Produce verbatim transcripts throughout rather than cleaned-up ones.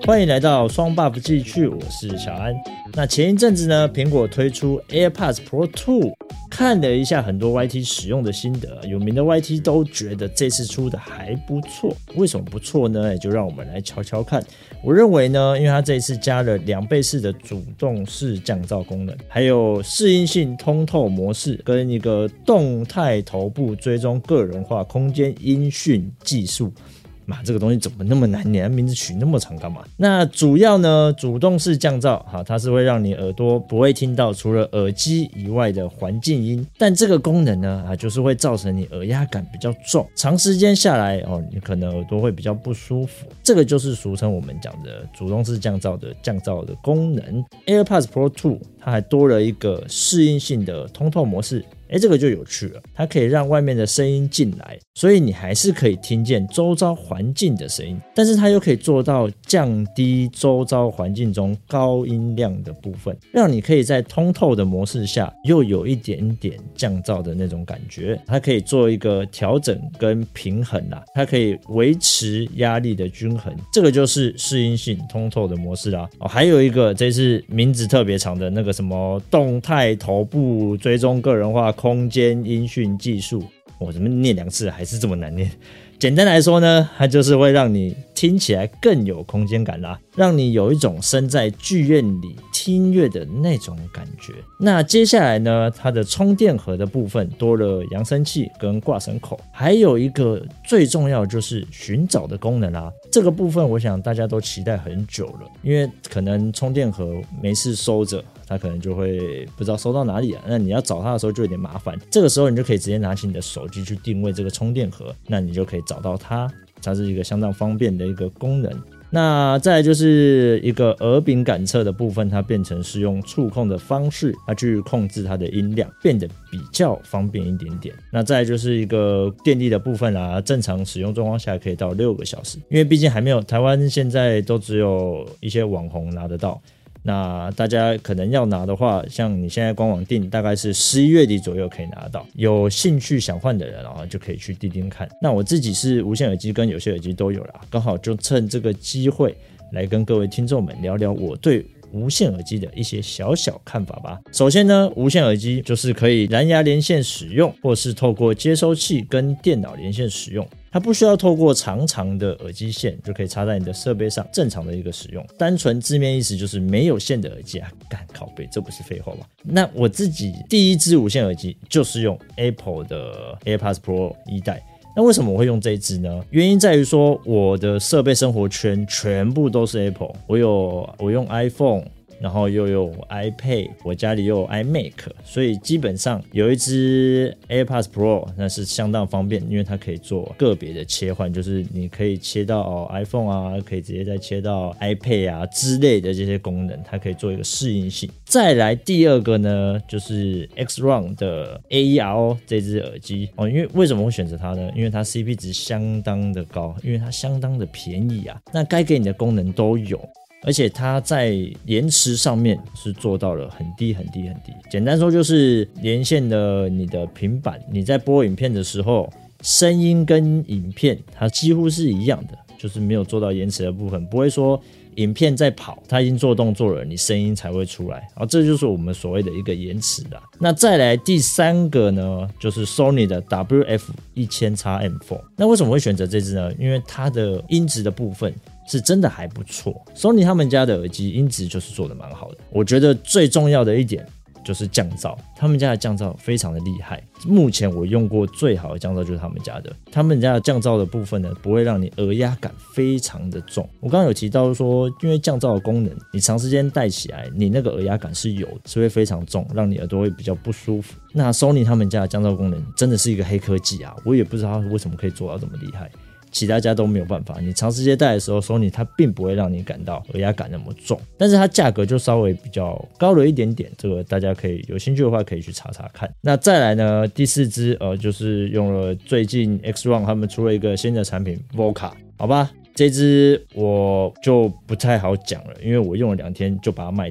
欢迎来到双 buff 继续，我是小安。那前一阵子呢，苹果推出 AirPods Pro 二，看了一下很多 Y T 使用的心得，有名的 Y T 都觉得这次出的还不错。为什么不错呢？也就让我们来瞧瞧看。我认为呢，因为它这一次加了两倍式的主动式降噪功能，还有适应性通透模式，跟一个动态头部追踪个人化空间音讯技术。妈，这个东西怎么那么难念？名字取那么长干嘛？那主要呢，主动式降噪，哈，它是会让你耳朵不会听到除了耳机以外的环境音，但这个功能呢，啊，就是会造成你耳压感比较重，长时间下来哦，你可能耳朵会比较不舒服。这个就是俗称我们讲的主动式降噪的降噪的功能。AirPods Pro 二它还多了一个适应性的通透模式。诶，这个就有趣了，它可以让外面的声音进来，所以你还是可以听见周遭环境的声音，但是它又可以做到降低周遭环境中高音量的部分，让你可以在通透的模式下又有一点点降噪的那种感觉。它可以做一个调整跟平衡啦，它可以维持压力的均衡，这个就是适应性通透的模式啦。哦，还有一个这是名字特别长的那个什么动态头部追踪个人化空间音讯技术，我怎么念两次还是这么难念？简单来说呢，它就是会让你听起来更有空间感啦，让你有一种身在剧院里听音乐的那种感觉。那接下来呢，它的充电盒的部分多了扬声器跟挂绳口，还有一个最重要的就是寻找的功能啦。这个部分我想大家都期待很久了，因为可能充电盒没事收着，它可能就会不知道收到哪里了，那你要找它的时候就有点麻烦。这个时候你就可以直接拿起你的手机去定位这个充电盒，那你就可以找到它，它是一个相当方便的一个功能。那再来就是一个耳柄感测的部分，它变成是用触控的方式，它去控制它的音量，变得比较方便一点点。那再来就是一个电力的部分啦，正常使用状况下可以到六个小时，因为毕竟还没有，台湾现在都只有一些网红拿得到。那大家可能要拿的话，像你现在官网订大概是十一月底左右可以拿到，有兴趣想换的人啊，就可以去订订看。那我自己是无线耳机跟有线耳机都有啦，刚好就趁这个机会来跟各位听众们聊聊我对无线耳机的一些小小看法吧。首先呢，无线耳机就是可以蓝牙连线使用，或是透过接收器跟电脑连线使用，它不需要透过长长的耳机线就可以插在你的设备上，正常的一个使用。单纯字面意思就是没有线的耳机啊，干靠北，这不是废话吧？那我自己第一支无线耳机就是用 Apple 的 AirPods Pro 一代。那为什么我会用这一支呢？原因在于说我的设备生活圈全部都是 Apple， 我有我用 iPhone， 然后又有 iPad， 我家里又有 iMac， 所以基本上有一支 AirPods Pro 那是相当方便，因为它可以做个别的切换，就是你可以切到、哦、iPhone 啊，可以直接再切到 iPad 啊之类的这些功能，它可以做一个适应性。再来第二个呢，就是 X-Round 的 A E R O 这支耳机、哦、因为为什么会选择它呢？因为它 C P 值相当的高，因为它相当的便宜啊，那该给你的功能都有，而且它在延迟上面是做到了很低很低很低。简单说就是连线的你的平板，你在播影片的时候，声音跟影片它几乎是一样的，就是没有做到延迟的部分，不会说影片在跑，它已经做动作了，你声音才会出来。然后这就是我们所谓的一个延迟啦。那再来第三个呢，就是 Sony 的 W F 一千 X M 四。那为什么会选择这支呢？因为它的音质的部分是真的还不错。Sony 他们家的耳机音质就是做的蛮好的。我觉得最重要的一点就是降噪，他们家的降噪非常的厉害，目前我用过最好的降噪就是他们家的。他们家的降噪的部分呢，不会让你耳压感非常的重。我刚刚有提到说，因为降噪的功能，你长时间戴起来，你那个耳压感是有，是会非常重，让你耳朵会比较不舒服。那 Sony 他们家的降噪功能真的是一个黑科技啊，我也不知道为什么可以做到这么厉害。其他家都没有办法，你长时间戴的时候 Sony 它并不会让你感到耳压感那么重，但是它价格就稍微比较高了一点点，这个大家可以有兴趣的话可以去查查看。那再来呢，第四支呃就是用了最近 X-Round 他们出了一个新的产品 Voca， 好吧，这支我就不太好讲了，因为我用了两天就把它卖掉。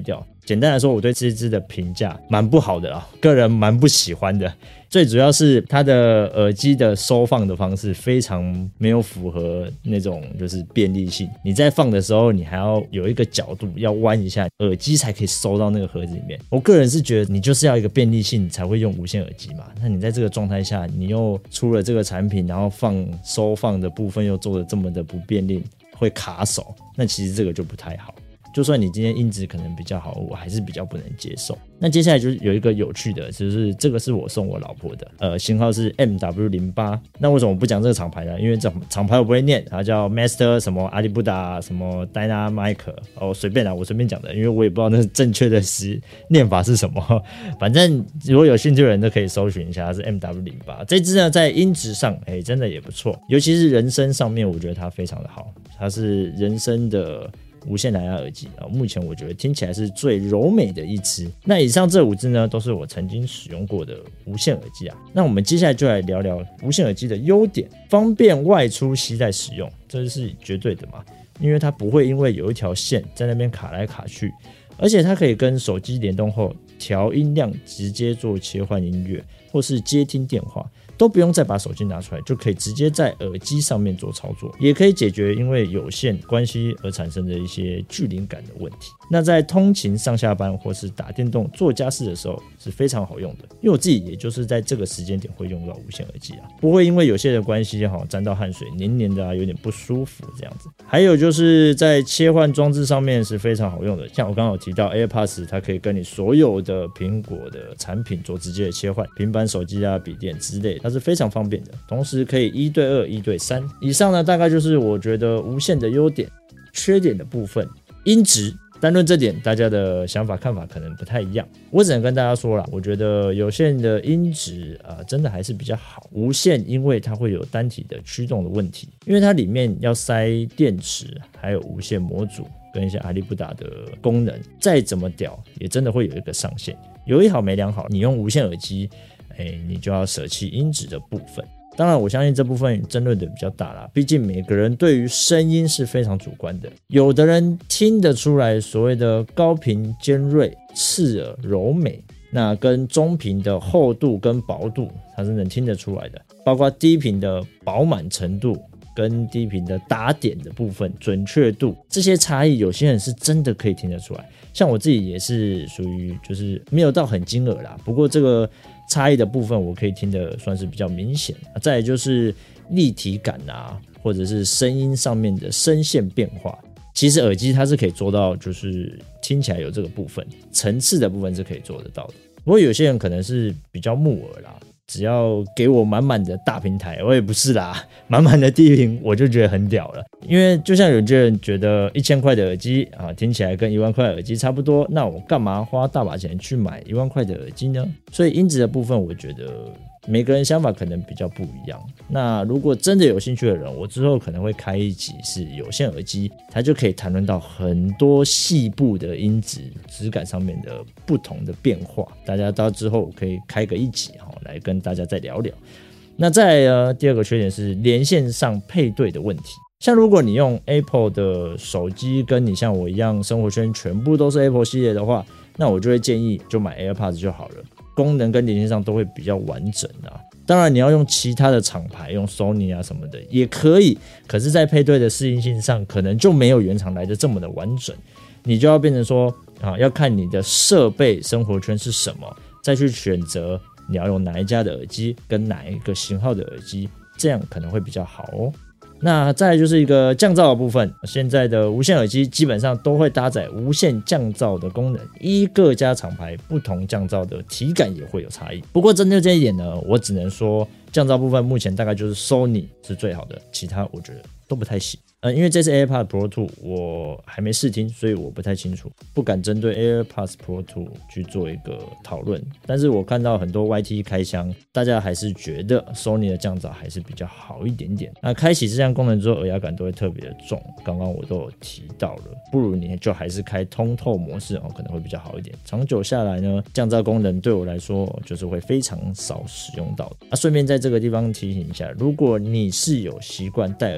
简单来说，我对这支的评价蛮不好的啊，个人蛮不喜欢的。最主要是它的耳机的收放的方式非常没有符合那种就是便利性，你在放的时候你还要有一个角度要弯一下，耳机才可以收到那个盒子里面。我个人是觉得你就是要一个便利性才会用无线耳机嘛，那你在这个状态下你又出了这个产品，然后放收放的部分又做得这么的不便利，会卡手，那其实这个就不太好。就算你今天音质可能比较好，我还是比较不能接受。那接下来就是有一个有趣的，就是这个是我送我老婆的，呃，型号是 M W 零八。那为什么我不讲这个厂牌呢？因为这厂牌我不会念，它叫 Master 什么阿里布达什么 Dynamic， 哦，随便啦，我随便讲的，因为我也不知道那正确的是念法是什么。反正如果有兴趣的人都可以搜寻一下，它是 M W 零八。这支呢，在音质上，哎，真的也不错，尤其是人声上面，我觉得它非常的好，它是人声的无线蓝牙耳机啊，目前我觉得听起来是最柔美的一支。那以上这五支呢，都是我曾经使用过的无线耳机啊。那我们接下来就来聊聊无线耳机的优点，方便外出携带使用，这是绝对的嘛，因为它不会因为有一条线在那边卡来卡去，而且它可以跟手机联动后调音量，直接做切换音乐或是接听电话，都不用再把手机拿出来，就可以直接在耳机上面做操作，也可以解决因为有线关系而产生的一些距离感的问题。那在通勤上下班或是打电动做家事的时候是非常好用的，因为我自己也就是在这个时间点会用到无线耳机啊，不会因为有些的关系沾到汗水黏黏的啊，有点不舒服这样子。还有就是在切换装置上面是非常好用的，像我刚刚有提到 AirPods， 它可以跟你所有的苹果的产品做直接的切换，平板、手机啊、笔电之类的，它是非常方便的，同时可以一对二、一对三。以上呢，大概就是我觉得无线的优点。缺点的部分，音质。单论这点，大家的想法看法可能不太一样。我只能跟大家说啦，我觉得有线的音质啊、呃，真的还是比较好。无线因为它会有单体的驱动的问题，因为它里面要塞电池，还有无线模组跟一些阿里不达的功能，再怎么屌也真的会有一个上限。有一好没两好，你用无线耳机，哎，你就要舍弃音质的部分。当然我相信这部分争论的比较大啦，毕竟每个人对于声音是非常主观的，有的人听得出来所谓的高频尖锐、刺耳柔美，那跟中频的厚度跟薄度它是能听得出来的，包括低频的饱满程度跟低频的打点的部分准确度，这些差异有些人是真的可以听得出来。像我自己也是属于就是没有到很惊耳啦，不过这个差异的部分我可以听得算是比较明显。再来就是立体感啊，或者是声音上面的声线变化，其实耳机它是可以做到，就是听起来有这个部分层次的部分是可以做得到的。不过有些人可能是比较木耳啦，只要给我满满的大平台，我也不是啦，满满的低频我就觉得很屌了。因为就像有些人觉得一千块的耳机啊，听起来跟一万块的耳机差不多，那我干嘛花大把钱去买一万块的耳机呢？所以音质的部分，我觉得每个人想法可能比较不一样。那如果真的有兴趣的人，我之后可能会开一集是有线耳机，它就可以谈论到很多细部的音质质感上面的不同的变化，大家到之后可以开个一集来跟大家再聊聊。那再来呢，第二个缺点是连线上配对的问题。像如果你用 Apple 的手机，跟你像我一样生活圈全部都是 Apple 系列的话，那我就会建议就买 AirPods 就好了，功能跟连线上都会比较完整啊。当然你要用其他的厂牌，用 Sony 啊什么的也可以，可是在配对的适应性上可能就没有原厂来的这么的完整，你就要变成说啊，要看你的设备生活圈是什么，再去选择你要用哪一家的耳机跟哪一个型号的耳机，这样可能会比较好哦。那再来就是一个降噪的部分，现在的无线耳机基本上都会搭载无线降噪的功能，依各家厂牌不同降噪的体感也会有差异。不过针对这一点呢，我只能说降噪部分目前大概就是 Sony 是最好的，其他我觉得都不太行。呃，因为这次 AirPods Pro 二我还没试听，所以我不太清楚，不敢针对 AirPods Pro 二去做一个讨论。但是我看到很多 Y T 开箱，大家还是觉得 Sony 的降噪还是比较好一点点。那开启这项功能之后，耳压感都会特别的重，刚刚我都有提到了，不如你就还是开通透模式哦，可能会比较好一点。长久下来呢，降噪功能对我来说就是会非常少使用到的。那顺便在这个地方提醒一下，如果你是有习惯戴耳机通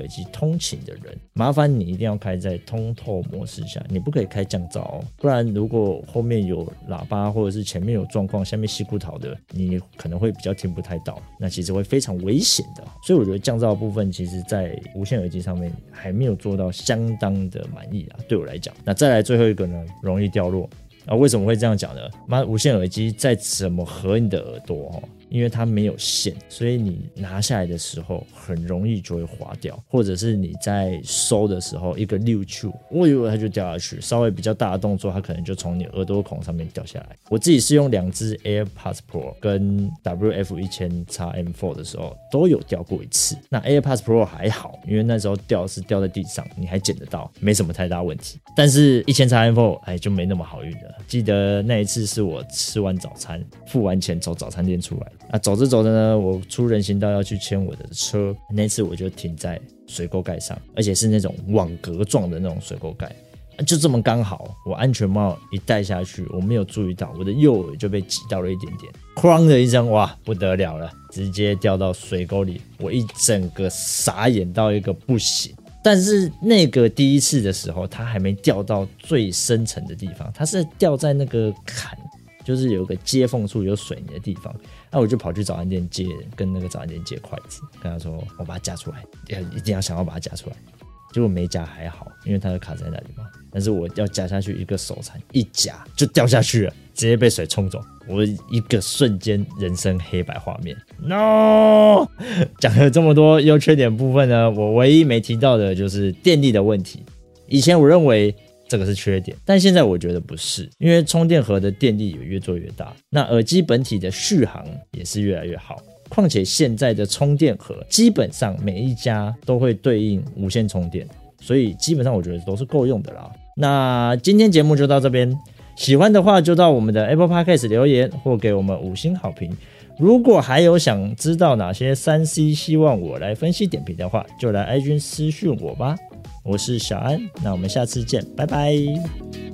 通勤的人，麻烦你一定要开在通透模式下，你不可以开降噪哦，不然如果后面有喇叭或者是前面有状况，下面吸骨头的，你可能会比较听不太到，那其实会非常危险的。所以我觉得降噪的部分，其实在无线耳机上面还没有做到相当的满意啦，对我来讲。那再来最后一个呢，容易掉落。啊，为什么会这样讲呢？妈，无线耳机再怎么合你的耳朵哦，因为它没有线，所以你拿下来的时候很容易就会滑掉，或者是你在收的时候一个溜去，我以为它就掉下去，稍微比较大的动作，它可能就从你耳朵孔上面掉下来。我自己是用两只 AirPods Pro 跟 W F 一千 X M 四 的时候都有掉过一次。那 AirPods Pro 还好，因为那时候掉是掉在地上，你还捡得到，没什么太大问题。但是一千 X M 四 哎就没那么好运了。记得那一次是我吃完早餐，付完钱走早餐店出来，啊，走着走着呢，我出人行道要去牵我的车，那次我就停在水沟盖上，而且是那种网格状的那种水沟盖，就这么刚好，我安全帽一戴下去，我没有注意到，我的右耳就被挤到了一点点，哐的一声，哇，不得了了，直接掉到水沟里，我一整个傻眼到一个不行。但是那个第一次的时候，它还没掉到最深层的地方，它是掉在那个坎，就是有个接缝处有水泥的地方。那我就跑去早餐店借，跟那个早餐店借筷子，跟他说我把它夹出来，一定要想要把它夹出来。结果没夹还好，因为它就卡在那里嘛。但是我要夹下去，一个手残一夹就掉下去了，直接被水冲走。我一个瞬间人生黑白画面 ，no！ 讲了这么多优缺点部分呢，我唯一没提到的就是电力的问题。以前我认为这个是缺点，但现在我觉得不是，因为充电盒的电力也越做越大，那耳机本体的续航也是越来越好。况且现在的充电盒基本上每一家都会对应无线充电，所以基本上我觉得都是够用的啦。那今天节目就到这边，喜欢的话就到我们的 Apple Podcast 留言或给我们五星好评。如果还有想知道哪些 三 C 希望我来分析点评的话，就来 I G 私讯我吧。我是小安，那我们下次见，拜拜。